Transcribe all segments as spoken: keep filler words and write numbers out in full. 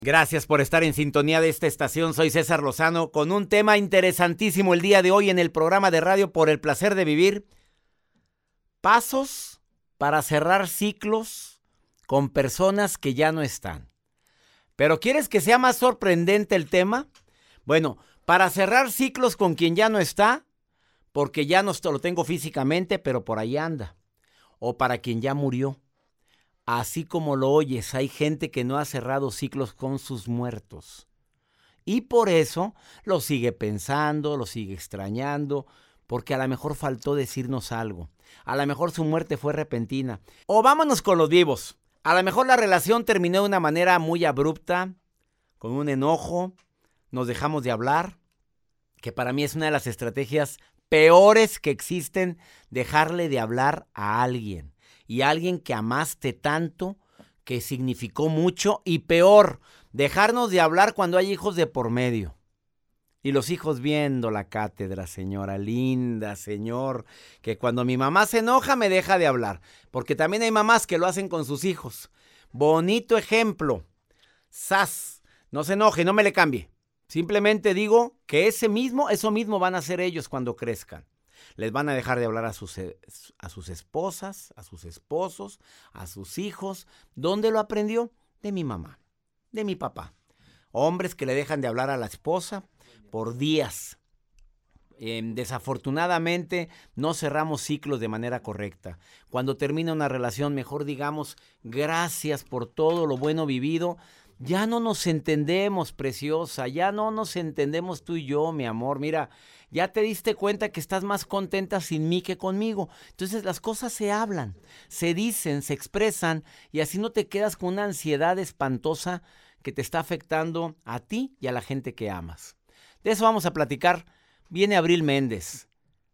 Gracias por estar en sintonía de esta estación. Soy César Lozano con un tema interesantísimo el día de hoy en el programa de radio Por el Placer de Vivir. Pasos para cerrar ciclos con personas que ya no están. ¿Pero quieres que sea más sorprendente el tema? Bueno, para cerrar ciclos con quien ya no está, porque ya no lo tengo físicamente, pero por ahí anda. O para quien ya murió. Así como lo oyes, hay gente que no ha cerrado ciclos con sus muertos. Y por eso lo sigue pensando, lo sigue extrañando, porque a lo mejor faltó decirnos algo. A lo mejor su muerte fue repentina. O vámonos con los vivos. A lo mejor la relación terminó de una manera muy abrupta, con un enojo, nos dejamos de hablar, que para mí es una de las estrategias peores que existen, dejarle de hablar a alguien. Y a alguien que amaste tanto, que significó mucho, y peor, dejarnos de hablar cuando hay hijos de por medio. Y los hijos viendo la cátedra, señora linda, señor, que cuando mi mamá se enoja me deja de hablar, porque también hay mamás que lo hacen con sus hijos. Bonito ejemplo. Sas, no se enoje, no me le cambie. Simplemente digo que ese mismo, eso mismo van a hacer ellos cuando crezcan. Les van a dejar de hablar a sus, a sus esposas, a sus esposos, a sus hijos. ¿Dónde lo aprendió? De mi mamá, de mi papá. Hombres que le dejan de hablar a la esposa por días. Eh, desafortunadamente no cerramos ciclos de manera correcta. Cuando termina una relación, mejor digamos gracias por todo lo bueno vivido. Ya no nos entendemos, preciosa, ya no nos entendemos tú y yo, mi amor. Mira, ya te diste cuenta que estás más contenta sin mí que conmigo. Entonces las cosas se hablan, se dicen, se expresan y así no te quedas con una ansiedad espantosa que te está afectando a ti y a la gente que amas. De eso vamos a platicar. Viene Abril Méndez.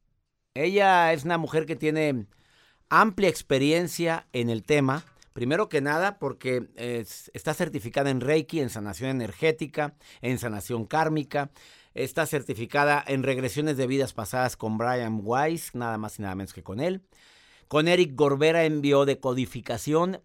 Ella es una mujer que tiene amplia experiencia en el tema. Primero que nada porque eh, está certificada en Reiki, en sanación energética, en sanación kármica. Está certificada en regresiones de vidas pasadas con Brian Weiss, nada más y nada menos que con él. Con Eric Corbera en biodecodificación.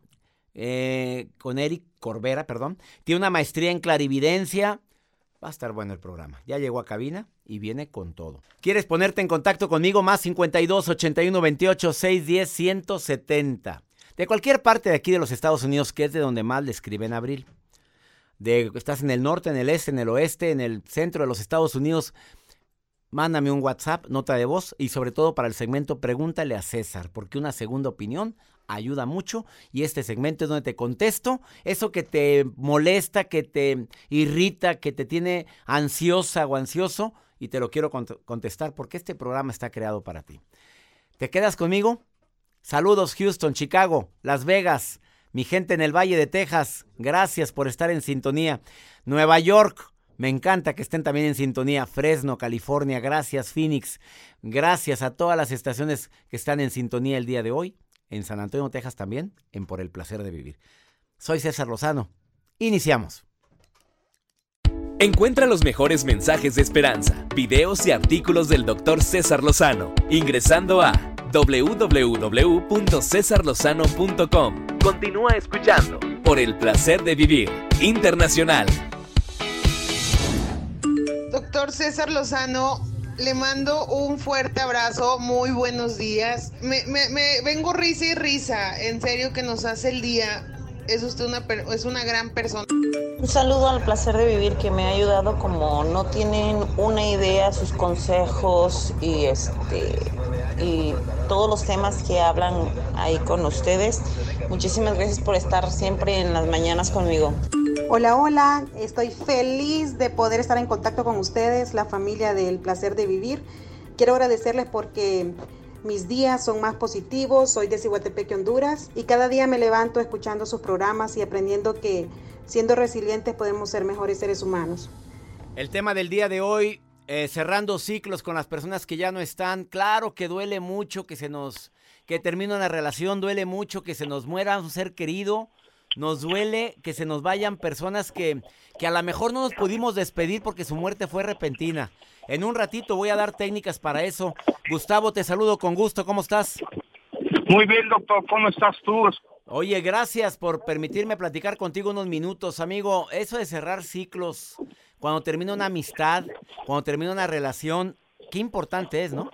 Eh, con Eric Corbera, perdón. Tiene una maestría en clarividencia. Va a estar bueno el programa. Ya llegó a cabina y viene con todo. ¿Quieres ponerte en contacto conmigo? Más cincuenta y dos, ochenta y uno, veintiocho, seiscientos diez, ciento setenta. De cualquier parte de aquí de los Estados Unidos, que es de donde más le escriben Abril. De, estás en el norte, en el este, en el oeste, en el centro de los Estados Unidos. Mándame un WhatsApp, nota de voz y sobre todo para el segmento Pregúntale a César, porque una segunda opinión ayuda mucho y este segmento es donde te contesto eso que te molesta, que te irrita, que te tiene ansiosa o ansioso y te lo quiero cont- contestar porque este programa está creado para ti. ¿Te quedas conmigo? Saludos Houston, Chicago, Las Vegas, mi gente en el Valle de Texas, gracias por estar en sintonía. Nueva York, me encanta que estén también en sintonía. Fresno, California, gracias Phoenix, gracias a todas las estaciones que están en sintonía el día de hoy. En San Antonio, Texas también, en Por el Placer de Vivir. Soy César Lozano, iniciamos. Encuentra los mejores mensajes de esperanza, videos y artículos del doctor César Lozano ingresando a doble u doble u doble u punto cesar lozano punto com. Continúa escuchando Por el Placer de Vivir Internacional. Doctor César Lozano, le mando un fuerte abrazo, muy buenos días. Me, me, me vengo risa y risa, en serio que nos hace el día. Es usted una, es una gran persona. Un saludo al Placer de Vivir que me ha ayudado como no tienen una idea, sus consejos y este y todos los temas que hablan ahí con ustedes. Muchísimas gracias por estar siempre en las mañanas conmigo. Hola, hola, estoy feliz de poder estar en contacto con ustedes, la familia del Placer de Vivir. Quiero agradecerles porque mis días son más positivos, soy de Cihuatepeque, Honduras, y cada día me levanto escuchando sus programas y aprendiendo que siendo resilientes podemos ser mejores seres humanos. El tema del día de hoy, eh, cerrando ciclos con las personas que ya no están. Claro que duele mucho que se nos, que termine una relación, duele mucho que se nos muera un ser querido. Nos duele que se nos vayan personas que, que a lo mejor no nos pudimos despedir porque su muerte fue repentina. En un ratito voy a dar técnicas para eso. Gustavo, te saludo con gusto. ¿Cómo estás? Muy bien, doctor. ¿Cómo estás tú? Oye, gracias por permitirme platicar contigo unos minutos, amigo. Eso de cerrar ciclos, cuando termina una amistad, cuando termina una relación, qué importante es, ¿no?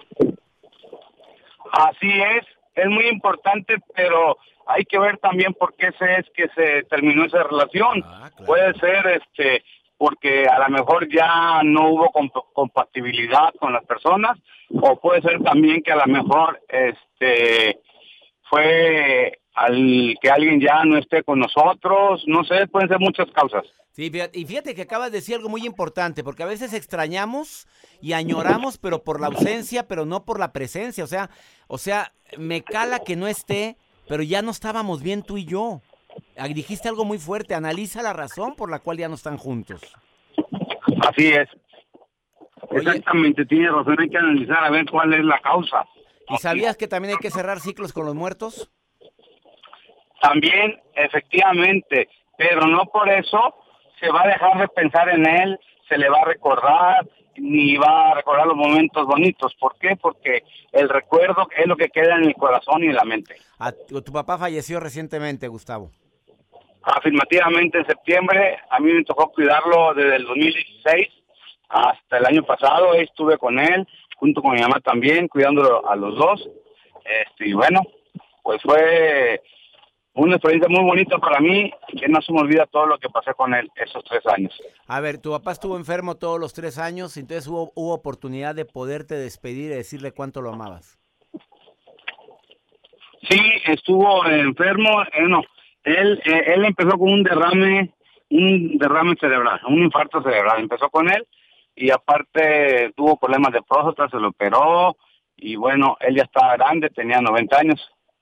Así es, es muy importante, pero hay que ver también por qué se es que se terminó esa relación. Ah, claro. Puede ser este porque a lo mejor ya no hubo comp- compatibilidad con las personas, o puede ser también que a lo mejor este fue al que alguien ya no esté con nosotros, no sé, pueden ser muchas causas. Sí, fíjate, y fíjate que acabas de decir algo muy importante, porque a veces extrañamos y añoramos, pero por la ausencia, pero no por la presencia. O sea, o sea, me cala que no esté, pero ya no estábamos bien tú y yo. Ah, dijiste algo muy fuerte, analiza la razón por la cual ya no están juntos. Así es. Oye, Exactamente, tiene razón, hay que analizar a ver cuál es la causa. ¿y sabías que también hay que cerrar ciclos con los muertos? También, efectivamente, pero no por eso se va a dejar de pensar en él, se le va a recordar, ni va a recordar los momentos bonitos. ¿Por qué? Porque el recuerdo es lo que queda en el corazón y en la mente. Ah, tu, tu papá falleció recientemente, Gustavo. Afirmativamente, en septiembre, a mí me tocó cuidarlo desde el dos mil dieciséis hasta el año pasado. Ahí estuve con él, junto con mi mamá también, cuidándolo a los dos. Este, y bueno, pues fue una experiencia muy bonita para mí, que no se me olvida todo lo que pasé con él esos tres años. A ver, tu papá estuvo enfermo todos los tres años, entonces hubo, hubo oportunidad de poderte despedir y decirle cuánto lo amabas. Sí, estuvo enfermo, eh, no, él, eh, él empezó con un derrame, un derrame cerebral, un infarto cerebral, empezó con él, y aparte tuvo problemas de próstata, se lo operó, y bueno, él ya estaba grande, tenía noventa años.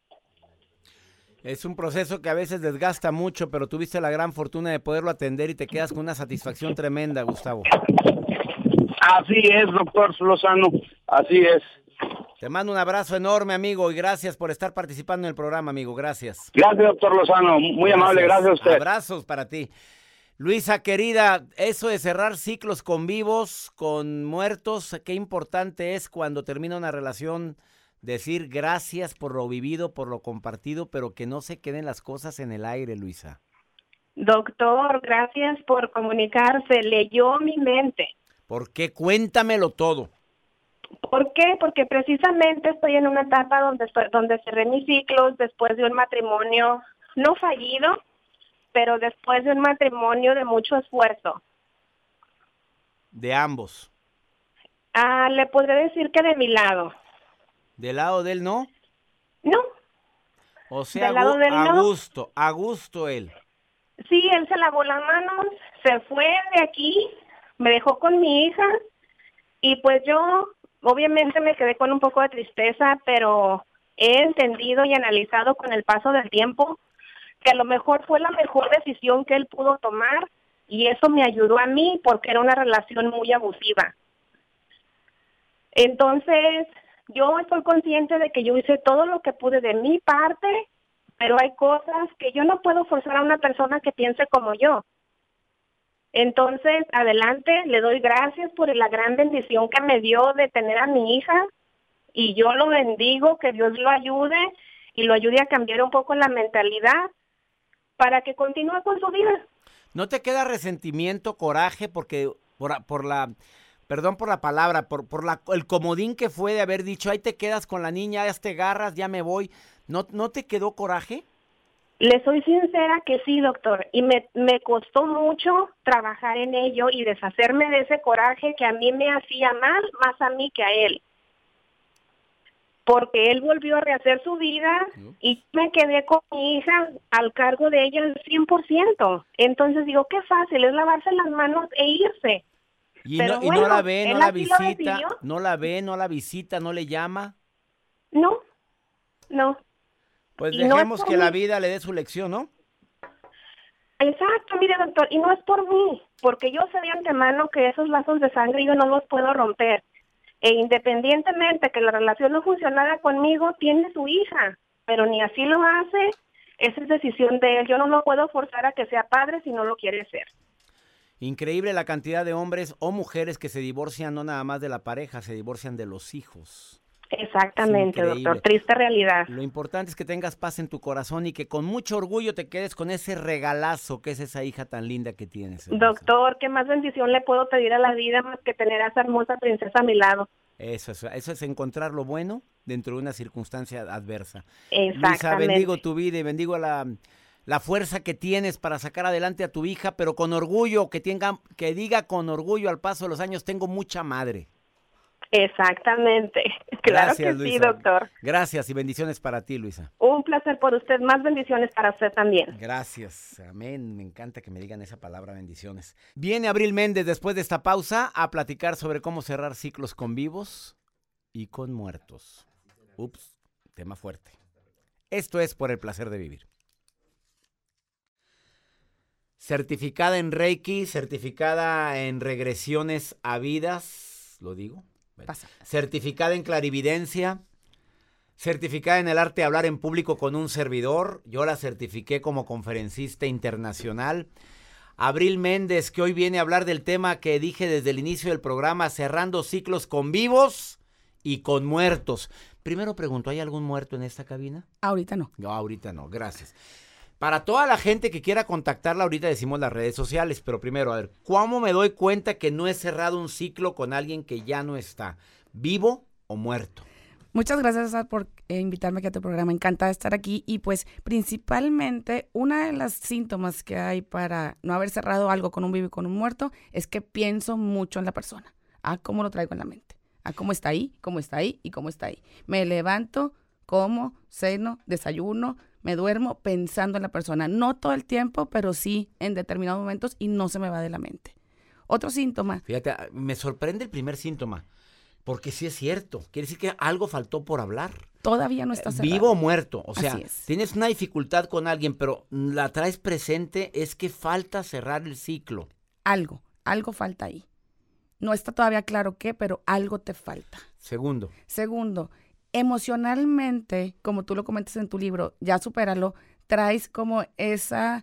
Es un proceso que a veces desgasta mucho, pero tuviste la gran fortuna de poderlo atender y te quedas con una satisfacción tremenda, Gustavo. Así es, doctor Lozano, así es. Te mando un abrazo enorme, amigo, y gracias por estar participando en el programa, amigo. Gracias. Gracias, doctor Lozano, muy Gracias. amable, gracias a usted. Abrazos para ti. Luisa, querida, eso de cerrar ciclos con vivos, con muertos, qué importante es cuando termina una relación. Decir gracias por lo vivido, por lo compartido, pero que no se queden las cosas en el aire, Luisa. Doctor, gracias por comunicarse. Leyó mi mente. ¿Por qué? Cuéntamelo todo. ¿Por qué? Porque precisamente estoy en una etapa donde, estoy, donde cerré mis ciclos después de un matrimonio no fallido, pero después de un matrimonio de mucho esfuerzo. De ambos. Ah, le podré decir que de mi lado. ¿Del lado de él no? No. O sea, Del lado a, del a no. gusto, a gusto él. Sí, él se lavó las manos, se fue de aquí, me dejó con mi hija y pues yo obviamente me quedé con un poco de tristeza, pero he entendido y analizado con el paso del tiempo que a lo mejor fue la mejor decisión que él pudo tomar y eso me ayudó a mí porque era una relación muy abusiva. Entonces, yo estoy consciente de que yo hice todo lo que pude de mi parte, pero hay cosas que yo no puedo forzar a una persona que piense como yo. Entonces, adelante, le doy gracias por la gran bendición que me dio de tener a mi hija y yo lo bendigo, que Dios lo ayude y lo ayude a cambiar un poco la mentalidad para que continúe con su vida. ¿No te queda resentimiento, coraje, porque por, por la... Perdón por la palabra, por, por la, el comodín que fue de haber dicho, ahí te quedas con la niña, ya te agarras, ya me voy. ¿No, no te quedó coraje? Le soy sincera que sí, doctor, y me, me costó mucho trabajar en ello y deshacerme de ese coraje que a mí me hacía mal, más a mí que a él. Porque él volvió a rehacer su vida y me quedé con mi hija al cargo de ella al cien por ciento. Entonces digo, qué fácil, es lavarse las manos e irse. Y, Pero no, y bueno, no la ve, no él la así lo visita, decidió. no la ve, no la visita, no le llama. No, no. Pues Y no dejemos es por que la mí. vida le dé su lección, ¿no? Exacto, mire, doctor, y no es por mí, porque yo sé de antemano que esos lazos de sangre yo no los puedo romper. E independientemente que la relación no funcionara conmigo, tiene su hija, pero ni así lo hace, esa es decisión de él. Yo no lo puedo forzar a que sea padre si no lo quiere ser. Increíble la cantidad de hombres o mujeres que se divorcian no nada más de la pareja, se divorcian de los hijos. Exactamente, doctor. Triste realidad. Lo importante es que tengas paz en tu corazón y que con mucho orgullo te quedes con ese regalazo que es esa hija tan linda que tienes. Hermosa. Doctor, ¿qué más bendición le puedo pedir a la vida más que tener a esa hermosa princesa a mi lado? Eso es, eso es encontrar lo bueno dentro de una circunstancia adversa. Exactamente. Luisa, bendigo tu vida y bendigo la, la fuerza que tienes para sacar adelante a tu hija, pero con orgullo, que, tenga, que diga con orgullo al paso de los años, tengo mucha madre. Exactamente. Claro Gracias, que Luisa. sí, doctor. Gracias y bendiciones para ti, Luisa. Un placer por usted. Más bendiciones para usted también. Gracias. Amén. Me encanta que me digan esa palabra, bendiciones. Viene Abril Méndez después de esta pausa a platicar sobre cómo cerrar ciclos con vivos y con muertos. Ups, tema fuerte. Esto es Por el Placer de Vivir. Certificada en Reiki, certificada en regresiones a vidas, ¿lo digo? Bueno. Pasa. Certificada en clarividencia, certificada en el arte de hablar en público con un servidor. Yo la certifiqué como conferencista internacional. Abril Méndez, que hoy viene a hablar del tema que dije desde el inicio del programa, cerrando ciclos con vivos y con muertos. Primero pregunto, ¿hay algún muerto en esta cabina? Ahorita no. No, ahorita no, gracias. Para toda la gente que quiera contactarla, ahorita decimos las redes sociales, pero primero, a ver, ¿cómo me doy cuenta que no he cerrado un ciclo con alguien que ya no está, vivo o muerto? Muchas gracias, César, por eh, invitarme aquí a tu programa. Encantada de estar aquí. Y pues, principalmente, una de las síntomas que hay para no haber cerrado algo con un vivo y con un muerto es que pienso mucho en la persona. Ah, cómo lo traigo en la mente. Ah, cómo está ahí, cómo está ahí y cómo está ahí. Me levanto, como, ceno, desayuno, me duermo pensando en la persona. No todo el tiempo, pero sí en determinados momentos y no se me va de la mente. Otro síntoma. Fíjate, me sorprende el primer síntoma, porque sí es cierto. Quiere decir que algo faltó por hablar. Todavía no está cerrado. Vivo o muerto. O sea, Así es. Tienes una dificultad con alguien, pero la traes presente, es que falta cerrar el ciclo. Algo, algo falta ahí. No está todavía claro qué, pero algo te falta. Segundo. Segundo, emocionalmente, como tú lo comentas en tu libro, ya supéralo, traes como esa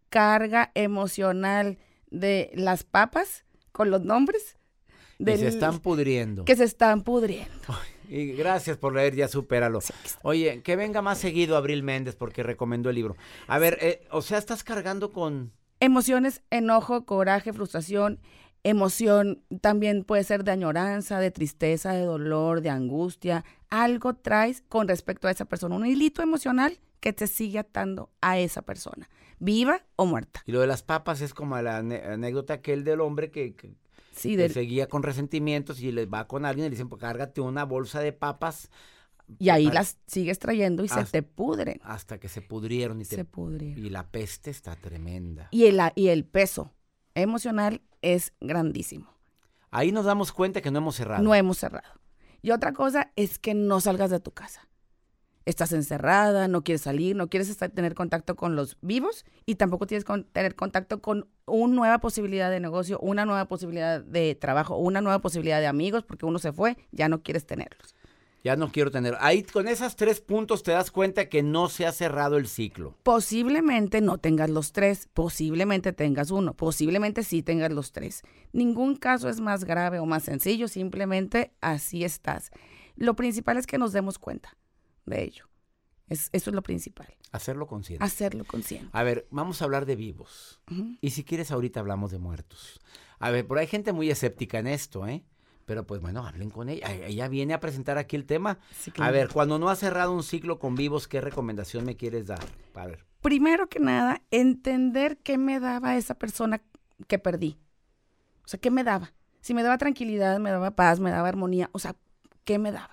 carga emocional de las papas con los nombres. Que se están pudriendo. Que se están pudriendo. Y gracias por leer, ya supéralo. Sí, Oye, que venga más seguido Abril Méndez porque recomendó el libro. A ver, eh, o sea, estás cargando con... Emociones, enojo, coraje, frustración. Emoción también puede ser de añoranza, de tristeza, de dolor, de angustia. Algo traes con respecto a esa persona, un hilito emocional que te sigue atando a esa persona, viva o muerta. Y lo de las papas es como la ane- anécdota aquel del hombre que, que, Sí, que del- seguía con resentimientos y les va con alguien y le dicen, pues cárgate una bolsa de papas. y ahí para- las sigues trayendo y se Hasta- te pudren. Hasta que se pudrieron y, te- Se pudrieron. y la peste está tremenda. Y el, y el peso emocional es grandísimo. Ahí nos damos cuenta que no hemos cerrado. No hemos cerrado. Y otra cosa es que no salgas de tu casa. Estás encerrada, no quieres salir, no quieres estar, tener contacto con los vivos y tampoco tienes con, tener contacto con una nueva posibilidad de negocio, una nueva posibilidad de trabajo, una nueva posibilidad de amigos, porque uno se fue, ya no quieres tenerlos. Ya no quiero tener. Ahí con esos tres puntos te das cuenta que no se ha cerrado el ciclo. Posiblemente no tengas los tres, posiblemente tengas uno, posiblemente sí tengas los tres. Ningún caso es más grave o más sencillo, simplemente así estás. Lo principal es que nos demos cuenta de ello. Es, eso es lo principal, Hacerlo consciente. hacerlo consciente. A ver, vamos a hablar de vivos. Ujú. Y si quieres, ahorita hablamos de muertos. A ver, pero hay gente muy escéptica en esto, ¿eh? Pero pues bueno, hablen con ella. Ella viene a presentar aquí el tema. Sí, A claro. ver, cuando no has cerrado un ciclo con vivos, ¿qué recomendación me quieres dar? A ver. Primero que nada, entender qué me daba esa persona que perdí. O sea, ¿qué me daba? Si me daba tranquilidad, me daba paz, me daba armonía. O sea, ¿qué me daba?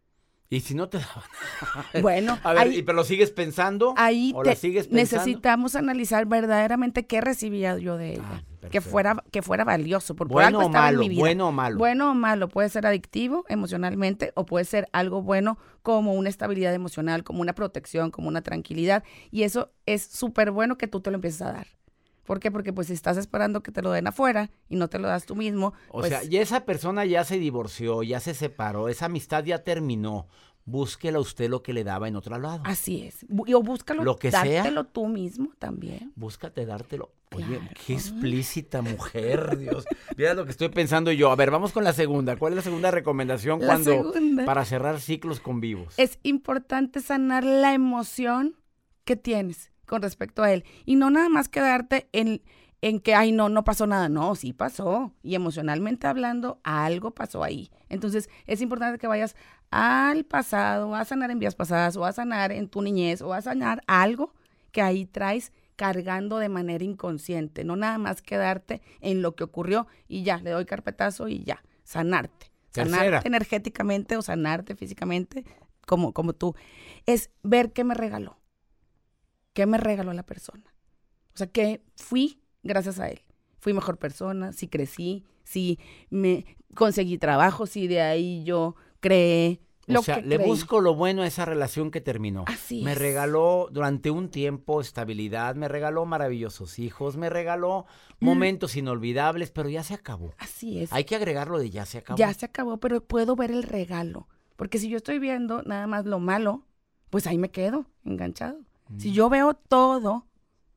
Y si no te daban. Bueno, A ver, ahí- ¿y pero lo sigues pensando? Ahí ¿O te- la sigues pensando? necesitamos analizar verdaderamente qué recibía yo de ella. Ah, que perfecto. fuera que fuera valioso, porque Bueno algo o estaba malo, en mi vida. bueno o malo. Bueno o malo, puede ser adictivo emocionalmente o puede ser algo bueno como una estabilidad emocional, como una protección, como una tranquilidad. Y eso es súper bueno que tú te lo empieces a dar. ¿Por qué? Porque pues si estás esperando que te lo den afuera y no te lo das tú mismo, O pues sea, ya esa persona ya se divorció, ya se separó, esa amistad ya terminó. búsquela usted lo que le daba en otro lado. Así es. Bu- O búscalo, Lo que dártelo sea. tú mismo también. Búscate dártelo. Oye, Claro. qué explícita mujer, Dios. Mira lo que estoy pensando yo. A ver, vamos con la segunda. ¿Cuál es la segunda recomendación La cuando segunda. para cerrar ciclos con vivos? Es importante sanar la emoción que tienes con respecto a él. Y no nada más quedarte en, en que, ay, no, no pasó nada. No, sí pasó. Y emocionalmente hablando, algo pasó ahí. Entonces, es importante que vayas al pasado, a sanar en vías pasadas, o a sanar en tu niñez, o a sanar algo que ahí traes cargando de manera inconsciente. No nada más quedarte en lo que ocurrió y ya, le doy carpetazo y ya. Sanarte. Tercera. Sanarte energéticamente o sanarte físicamente, como, como tú. Es ver qué me regaló. ¿Qué me regaló la persona? O sea, que fui gracias a él. Fui mejor persona, si crecí, si me conseguí trabajo, si de ahí yo creé lo O sea, que le creí. busco lo bueno a esa relación que terminó. Así me es. regaló durante un tiempo estabilidad, me regaló maravillosos hijos, me regaló Mm. momentos inolvidables, pero ya se acabó. Así es. Hay que agregarlo de ya se acabó. Ya se acabó, pero puedo ver el regalo. Porque si yo estoy viendo nada más lo malo, pues ahí me quedo enganchado. Mm. Si yo veo todo,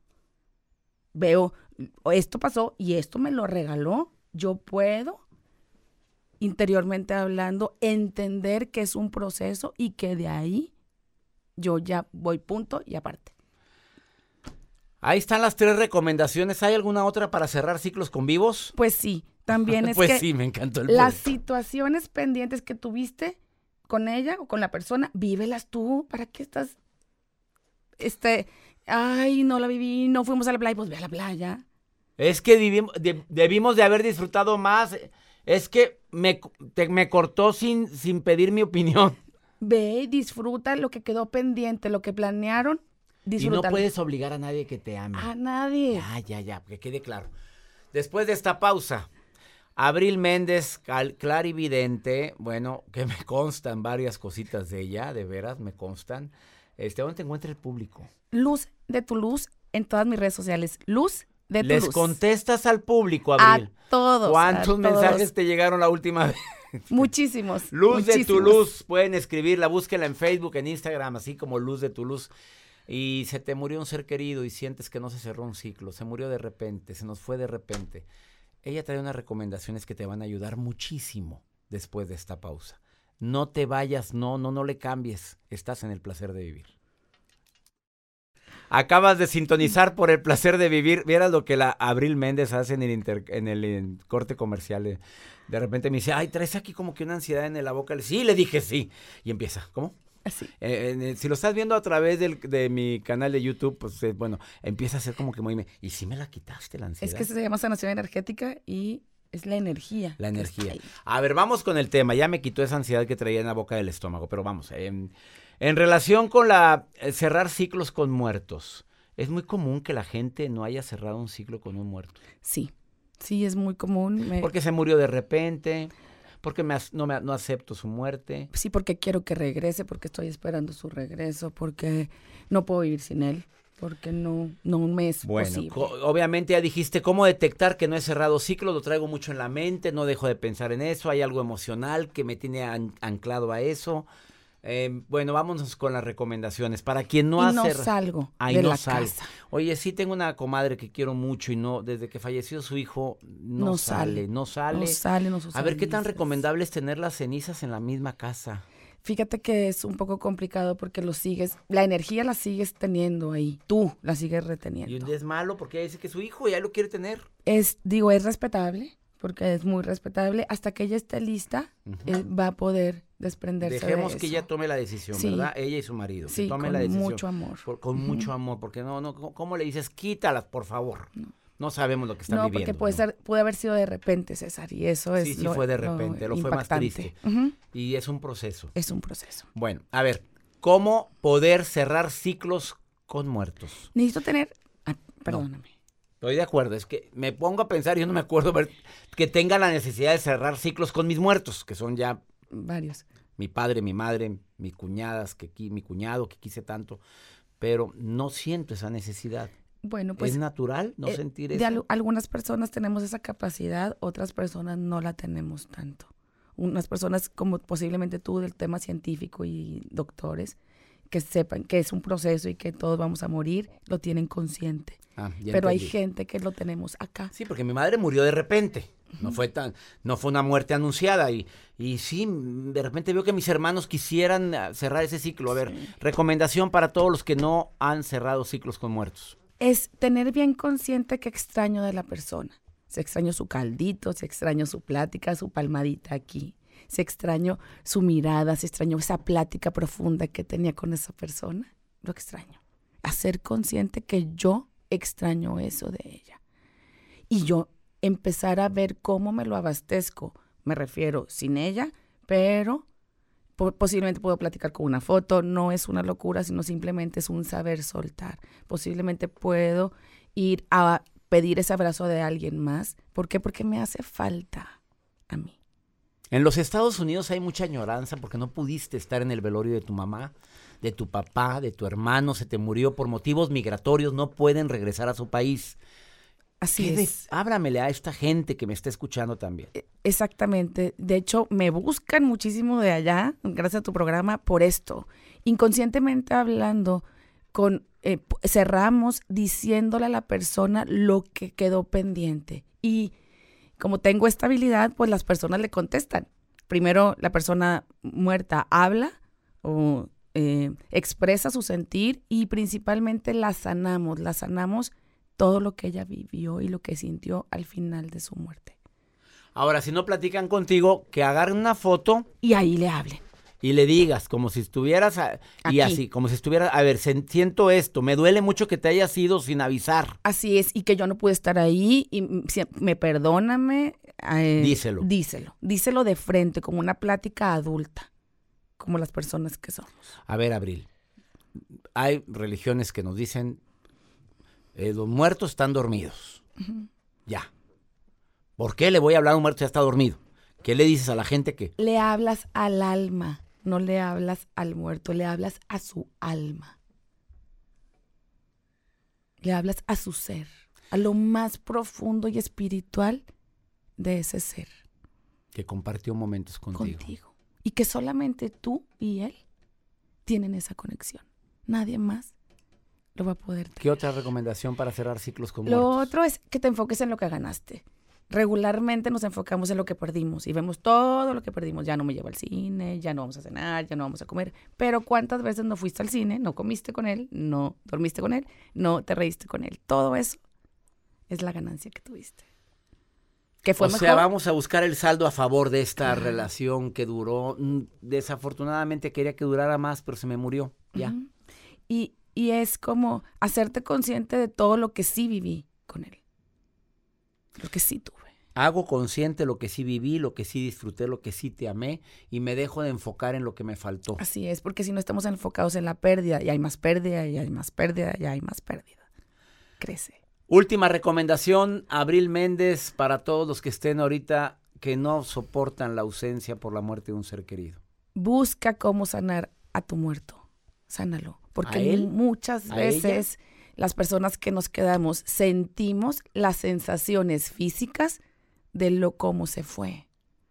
veo, esto pasó y esto me lo regaló, yo puedo, interiormente hablando, entender que es un proceso y que de ahí yo ya voy punto y aparte. Ahí están las tres recomendaciones. ¿Hay alguna otra para cerrar ciclos con vivos? Pues sí, también es pues que sí, me encantó el las pues. situaciones pendientes que tuviste con ella o con la persona, vívelas tú. ¿Para qué estás? Este, ay, no la viví, no fuimos a la playa, pues ve a la playa. Es que debimos de, debimos de haber disfrutado más. Es que me, te, me cortó sin, sin pedir mi opinión. Ve y disfruta lo que quedó pendiente, lo que planearon, Y disfrútalo. no puedes obligar a nadie que te ame. A nadie. Ya, ya, ya, que quede claro. Después de esta pausa, Abril Méndez, cal- clarividente, bueno, que me constan varias cositas de ella, de veras, me constan. Este, ¿dónde te encuentra el público? Luz de tu luz en todas mis redes sociales. Luz de tu Les luz. contestas al público, A Abril. todos. ¿Cuántos a mensajes todos. te llegaron la última vez? Muchísimos. Luz de tu muchísimos. luz, pueden escribirla, búsquela en Facebook, en Instagram, así como Luz de tu luz. Y se te murió un ser querido y sientes que no se cerró un ciclo, se murió de repente, se nos fue de repente. Ella trae unas recomendaciones que te van a ayudar muchísimo después de esta pausa. No te vayas, no, no, no le cambies, estás en el placer de vivir. Acabas de sintonizar por el placer de vivir. Vieras lo que la Abril Méndez hace en el, inter- en el en corte comercial. De, de repente me dice, ay, traes aquí como que una ansiedad en la boca. Le, sí, le dije sí. Y empieza, ¿cómo? Así. Eh, en el- si lo estás viendo a través del, de mi canal de YouTube, pues eh, bueno, empieza a ser como que muy... Y sí me la quitaste la ansiedad. Es que se llama sanación energética y es la energía. La que está energía. ahí. A ver, vamos con el tema. Ya me quitó esa ansiedad que traía en la boca del estómago, pero vamos. Eh, en relación con la eh, cerrar ciclos con muertos, es muy común que la gente no haya cerrado un ciclo con un muerto. Sí, sí, es muy común. Me- Porque se murió de repente, porque me, ac- no, me, no acepto su muerte. Sí, porque quiero que regrese, porque estoy esperando su regreso, porque no puedo vivir sin él, porque no, no me es Bueno, posible. co- obviamente ya dijiste cómo detectar que no he cerrado ciclo, lo traigo mucho en la mente, no dejo de pensar en eso, hay algo emocional que me tiene an- anclado a eso. Eh, bueno, vámonos con las recomendaciones. Para quien no y ha no cerrado... salgo Ay, de no la salgo. casa. Oye, sí tengo una comadre que quiero mucho y no, desde que falleció su hijo, no, No sale, sale, no sale. No sale, no A ver, ¿qué tan socializas. recomendable es tener las cenizas en la misma casa? Fíjate que es un poco complicado porque lo sigues, la energía la sigues teniendo ahí, tú la sigues Y reteniendo. un es malo porque ella dice que su hijo ya lo quiere tener. Es, digo, es respetable, porque es muy respetable, hasta que ella esté lista, Ujú. eh, va a poder desprenderse Dejemos de que eso. ella tome la decisión, Sí. ¿verdad? Ella y su marido. que Sí, tomen con la decisión. mucho amor. Por- con Ujú. mucho amor, porque no, no, ¿cómo- ¿cómo le dices? Quítalas, por favor. No, No. sabemos lo que están No, viviendo. porque puede ¿no? ser, puede haber sido de repente, César, y eso es Sí, sí lo- fue de lo repente, lo fue más impactante. triste. Ujú. Y es un proceso. Es un proceso. Bueno, a ver, ¿cómo poder cerrar ciclos con muertos? Necesito tener, ah, perdóname. Estoy de acuerdo, es que me pongo a pensar, yo no me acuerdo ver, que tenga la necesidad de cerrar ciclos con mis muertos, que son ya Varios. mi padre, mi madre, mis cuñadas, que qui- mi cuñado que quise tanto, pero no siento esa necesidad. Bueno, pues ¿Es natural no eh, sentir de eso? al- algunas personas tenemos esa capacidad, otras personas no la tenemos tanto. unas personas como posiblemente tú del tema científico y doctores, que sepan que es un proceso y que todos vamos a morir, lo tienen consciente. Ah, Pero hay entendí. gente que lo tenemos acá. Sí, porque mi madre murió de repente. No fue tan, no fue una muerte anunciada. Y, y sí, de repente veo que mis hermanos quisieran cerrar ese ciclo. A ver, Sí. recomendación para todos los que no han cerrado ciclos con muertos. Es tener bien consciente que extraño de la persona. Si extraño su caldito, si extraño su plática, su palmadita aquí. Si extraño su mirada, si extraño esa plática profunda que tenía con esa persona, lo extraño. Hacer consciente que yo extraño eso de ella. Y yo empezar a ver cómo me lo abastezco. Me refiero sin ella, pero po- posiblemente puedo platicar con una foto. No es una locura, sino simplemente es un saber soltar. Posiblemente puedo ir a pedir ese abrazo de alguien más. ¿Por qué? Porque me hace falta a mí. En los Estados Unidos hay mucha añoranza porque no pudiste estar en el velorio de tu mamá, de tu papá, de tu hermano, se te murió por motivos migratorios, no pueden regresar a su país. Así ¿Qué de- es. Ábramele a esta gente que me está escuchando también. Exactamente. De hecho, me buscan muchísimo de allá, gracias a tu programa, por esto. Inconscientemente hablando, con eh, p- cerramos diciéndole a la persona lo que quedó pendiente. Y como tengo esta habilidad, pues las personas le contestan. Primero, la persona muerta habla o eh, expresa su sentir y principalmente la sanamos, la sanamos todo lo que ella vivió y lo que sintió al final de su muerte. Ahora, si no platican contigo, que agarren una foto Y ahí le hablen. y le digas, como si estuvieras, a- y Aquí. así, como si estuvieras, a ver, sen- siento esto, me duele mucho que te hayas ido sin avisar. Así es, y que yo no pude estar ahí, y m- si- me perdóname. eh, Díselo. Díselo. Díselo de frente, como una plática adulta, como las personas que somos. A ver, Abril, hay religiones que nos dicen, eh, los muertos están dormidos. Ya. ¿Por qué le voy a hablar a un muerto si ya está dormido? ¿Qué le dices a la gente que... Le hablas al alma, no le hablas al muerto, le hablas a su alma. Le hablas a su ser, a lo más profundo y espiritual de ese ser. que compartió momentos contigo? Contigo. Y que solamente tú y él tienen esa conexión. Nadie más lo va a poder tener. ¿Qué otra recomendación para cerrar ciclos con Lo muertos? otro es que te enfoques en lo que ganaste. Regularmente nos enfocamos en lo que perdimos y vemos todo lo que perdimos. Ya no me llevo al cine, ya no vamos a cenar, ya no vamos a comer. Pero ¿cuántas veces no fuiste al cine, no comiste con él, no dormiste con él, no te reíste con él? Todo eso es la ganancia que tuviste. ¿Qué fue O mejor? sea, vamos a buscar el saldo a favor de esta Claro. relación que duró. Mm, Desafortunadamente quería que durara más, pero se me murió. Ya. Ujú. Y, y es como hacerte consciente de todo lo que sí viví con él. Lo que sí tuve. Hago consciente lo que sí viví, lo que sí disfruté, lo que sí te amé y me dejo de enfocar en lo que me faltó. Así es, porque si no estamos enfocados en la pérdida, y hay más pérdida, y hay más pérdida, y hay más pérdida. Crece. Última recomendación, Abril Méndez, para todos los que estén ahorita que no soportan la ausencia por la muerte de un ser querido. Busca cómo sanar a tu muerto. Sánalo. Porque ¿A él? muchas ¿A veces las personas que nos quedamos sentimos las sensaciones físicas de lo cómo se fue.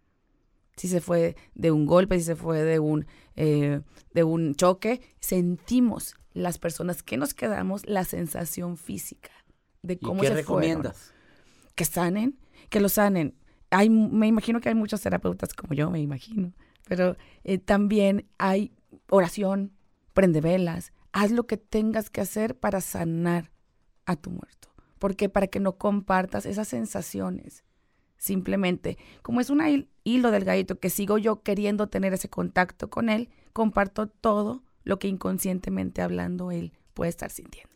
Si se fue de un golpe, si se fue de un, eh, de un choque, sentimos las personas que nos quedamos la sensación física de ¿Y cómo qué se recomiendas? fueron. Que sanen, que lo sanen. Hay, me imagino que hay muchos terapeutas como yo, me imagino. Pero eh, también hay oración, prende velas, haz lo que tengas que hacer para sanar a tu muerto. Porque para que no compartas esas sensaciones. Simplemente, como es un hil- hilo delgadito que sigo yo queriendo tener ese contacto con él, comparto todo lo que inconscientemente hablando él puede estar sintiendo.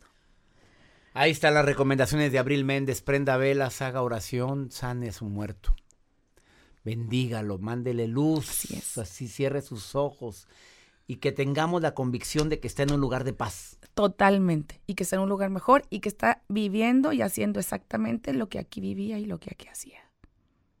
Ahí están las recomendaciones de Abril Méndez. Prenda velas, haga oración, sane a su muerto. Bendígalo, mándele luz, Así es. así cierre sus ojos y que tengamos la convicción de que está en un lugar de paz. Totalmente. Y que está en un lugar mejor y que está viviendo y haciendo exactamente lo que aquí vivía y lo que aquí hacía.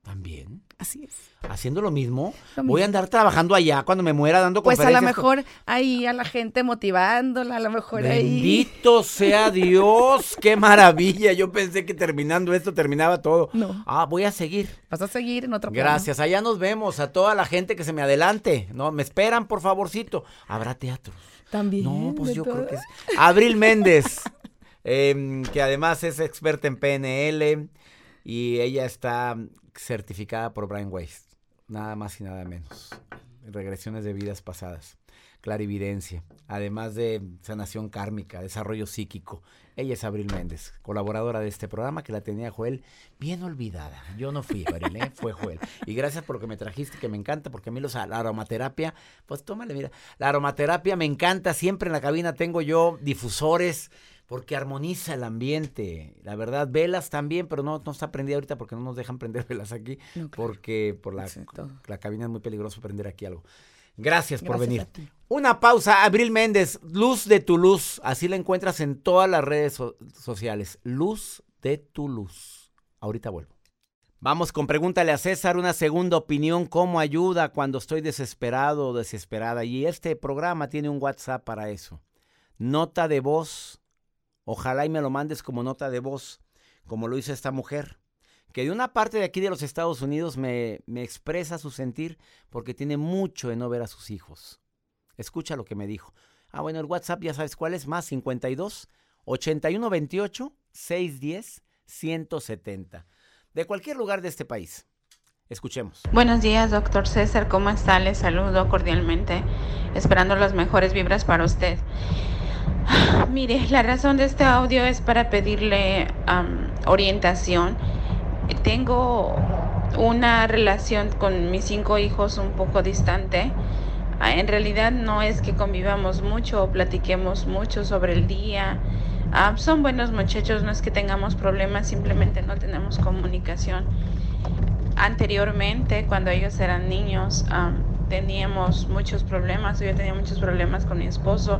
También. Así es. Haciendo lo mismo. Lo Voy mismo. a andar trabajando allá cuando me muera dando Pues a conferencias. lo mejor ahí a la gente motivándola, a lo mejor ahí. Bendito sea Dios, qué maravilla. Yo pensé que terminando esto terminaba todo. No. Ah, voy a seguir. Vas a seguir en otro plano. Gracias, allá nos vemos. A toda la gente que se me adelante. No, me esperan, por favorcito. ¿Habrá teatros? También. No, pues de yo todo. creo que sí. Abril Méndez, eh, que además es experta en P N L y ella está certificada por Brian Weiss, nada más y nada menos. Regresiones de vidas pasadas, clarividencia, además de sanación kármica, desarrollo psíquico. Ella es Abril Méndez, colaboradora de este programa que la tenía Joel bien olvidada. Yo no fui, Abril, ¿eh? Fue Joel. Y gracias por lo que me trajiste, que me encanta, porque a mí los, la aromaterapia, pues tómale, mira, la aromaterapia me encanta. Siempre en la cabina tengo yo difusores, porque armoniza el ambiente. La verdad, velas también, pero no, no está prendida ahorita porque no nos dejan prender velas aquí, No, claro. porque por la, Exacto. la cabina es muy peligroso prender aquí algo. Gracias por Gracias venir. a ti. Una pausa. Abril Méndez, Luz de tu Luz. Así la encuentras en todas las redes so- sociales. Luz de tu Luz. Ahorita vuelvo. Vamos con Pregúntale a César, una segunda opinión. ¿Cómo ayuda cuando estoy desesperado o desesperada? Y este programa tiene un WhatsApp para eso. Nota de voz. Ojalá y me lo mandes como nota de voz, como lo hizo esta mujer, que de una parte de aquí de los Estados Unidos me, me expresa su sentir porque tiene mucho de no ver a sus hijos. Escucha lo que me dijo. Ah, bueno, el WhatsApp ya sabes cuál es, más cincuenta y dos, ochenta y uno veintiocho, seiscientos diez, ciento setenta. De cualquier lugar de este país. Escuchemos. Buenos días, doctor César, ¿cómo está? Les saludo cordialmente, esperando las mejores vibras para usted. Mire, la razón de este audio es para pedirle um, orientación. Tengo una relación con mis cinco hijos un poco distante. Uh, en realidad no es que convivamos mucho o platiquemos mucho sobre el día. Uh, son buenos muchachos, no es que tengamos problemas, simplemente no tenemos comunicación. Anteriormente, cuando ellos eran niños, um, teníamos muchos problemas. Yo tenía muchos problemas con mi esposo.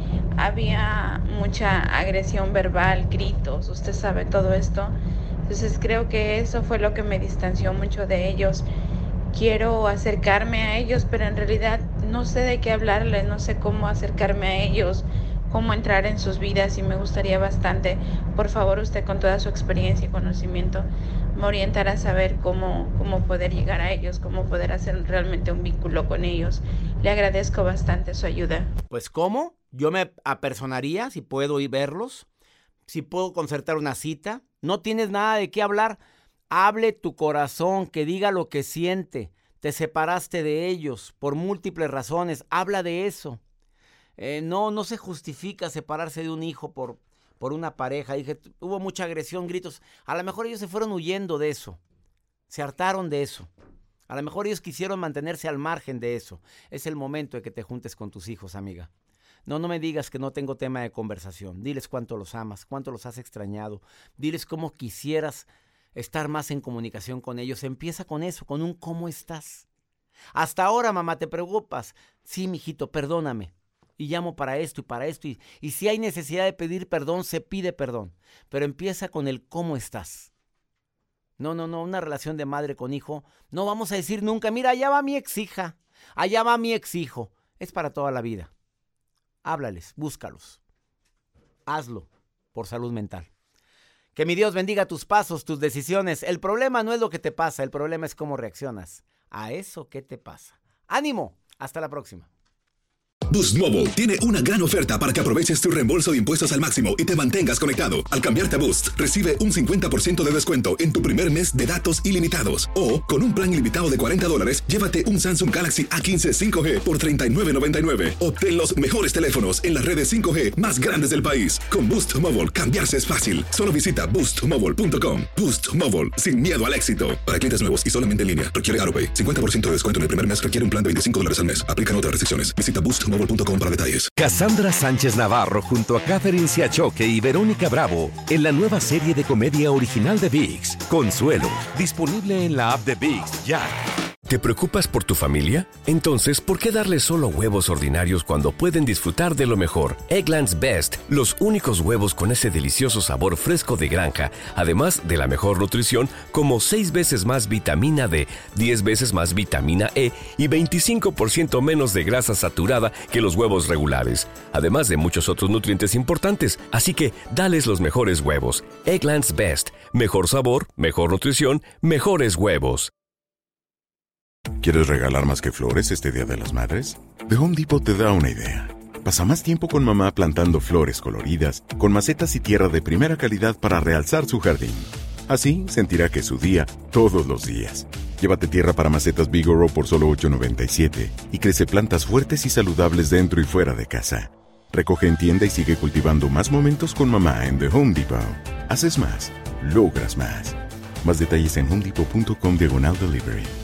Había mucha agresión verbal, gritos, usted sabe todo esto. Entonces creo que eso fue lo que me distanció mucho de ellos. Quiero acercarme a ellos, pero en realidad no sé de qué hablarles, no sé cómo acercarme a ellos, cómo entrar en sus vidas y me gustaría bastante, por favor, usted con toda su experiencia y conocimiento, me orientará a saber cómo, cómo poder llegar a ellos, cómo poder hacer realmente un vínculo con ellos. Le agradezco bastante su ayuda. Pues, ¿cómo? Yo me apersonaría si puedo ir verlos, si puedo concertar una cita. No tienes nada de qué hablar. Hable tu corazón, que diga lo que siente. Te separaste de ellos por múltiples razones. Habla de eso. Eh, no, no se justifica separarse de un hijo por, por una pareja. Dije, hubo mucha agresión, gritos. A lo mejor ellos se fueron huyendo de eso. Se hartaron de eso. A lo mejor ellos quisieron mantenerse al margen de eso. Es el momento de que te juntes con tus hijos, amiga. No, no me digas que no tengo tema de conversación. Diles cuánto los amas, cuánto los has extrañado. Diles cómo quisieras estar más en comunicación con ellos. Empieza con eso, con un ¿cómo estás? Hasta ahora, mamá, ¿te preocupas? Sí, mijito, perdóname. Y llamo para esto y para esto. Y, y si hay necesidad de pedir perdón, se pide perdón. Pero empieza con el ¿cómo estás? No, no, no, una relación de madre con hijo. No vamos a decir nunca, mira, allá va mi ex hija, allá va mi ex hijo. Es para toda la vida. Háblales, búscalos. Hazlo por salud mental. Que mi Dios bendiga tus pasos, tus decisiones. El problema no es lo que te pasa, el problema es cómo reaccionas a eso que te pasa. ¡Ánimo! Hasta la próxima. Boost Mobile tiene una gran oferta para que aproveches tu reembolso de impuestos al máximo y te mantengas conectado. Al cambiarte a Boost, recibe un cincuenta por ciento de descuento en tu primer mes de datos ilimitados. O, con un plan ilimitado de cuarenta dólares, llévate un Samsung Galaxy A quince cinco G por treinta y nueve noventa y nueve. Obtén los mejores teléfonos en las redes cinco G más grandes del país. Con Boost Mobile, cambiarse es fácil. Solo visita boost mobile punto com. Boost Mobile, sin miedo al éxito. Para clientes nuevos y solamente en línea, requiere AutoPay. cincuenta por ciento de descuento en el primer mes requiere un plan de veinticinco dólares al mes. Aplican otras restricciones. Visita boost mobile punto com para detalles. Cassandra Sánchez Navarro junto a Catherine Siachoque y Verónica Bravo en la nueva serie de comedia original de ViX, Consuelo, disponible en la app de ViX ya. ¿Te preocupas por tu familia? Entonces, ¿por qué darles solo huevos ordinarios cuando pueden disfrutar de lo mejor? Eggland's Best, los únicos huevos con ese delicioso sabor fresco de granja, además de la mejor nutrición, como seis veces más vitamina D, diez veces más vitamina E y veinticinco por ciento menos de grasa saturada que los huevos regulares, además de muchos otros nutrientes importantes. Así que, dales los mejores huevos. Eggland's Best, mejor sabor, mejor nutrición, mejores huevos. ¿Quieres regalar más que flores este Día de las Madres? The Home Depot te da una idea. Pasa más tiempo con mamá plantando flores coloridas, con macetas y tierra de primera calidad para realzar su jardín. Así sentirá que es su día todos los días. Llévate tierra para macetas Bigoro por solo ocho noventa y siete y crece plantas fuertes y saludables dentro y fuera de casa. Recoge en tienda y sigue cultivando más momentos con mamá en The Home Depot. Haces más, logras más. Más detalles en homedepot punto com diagonal delivery.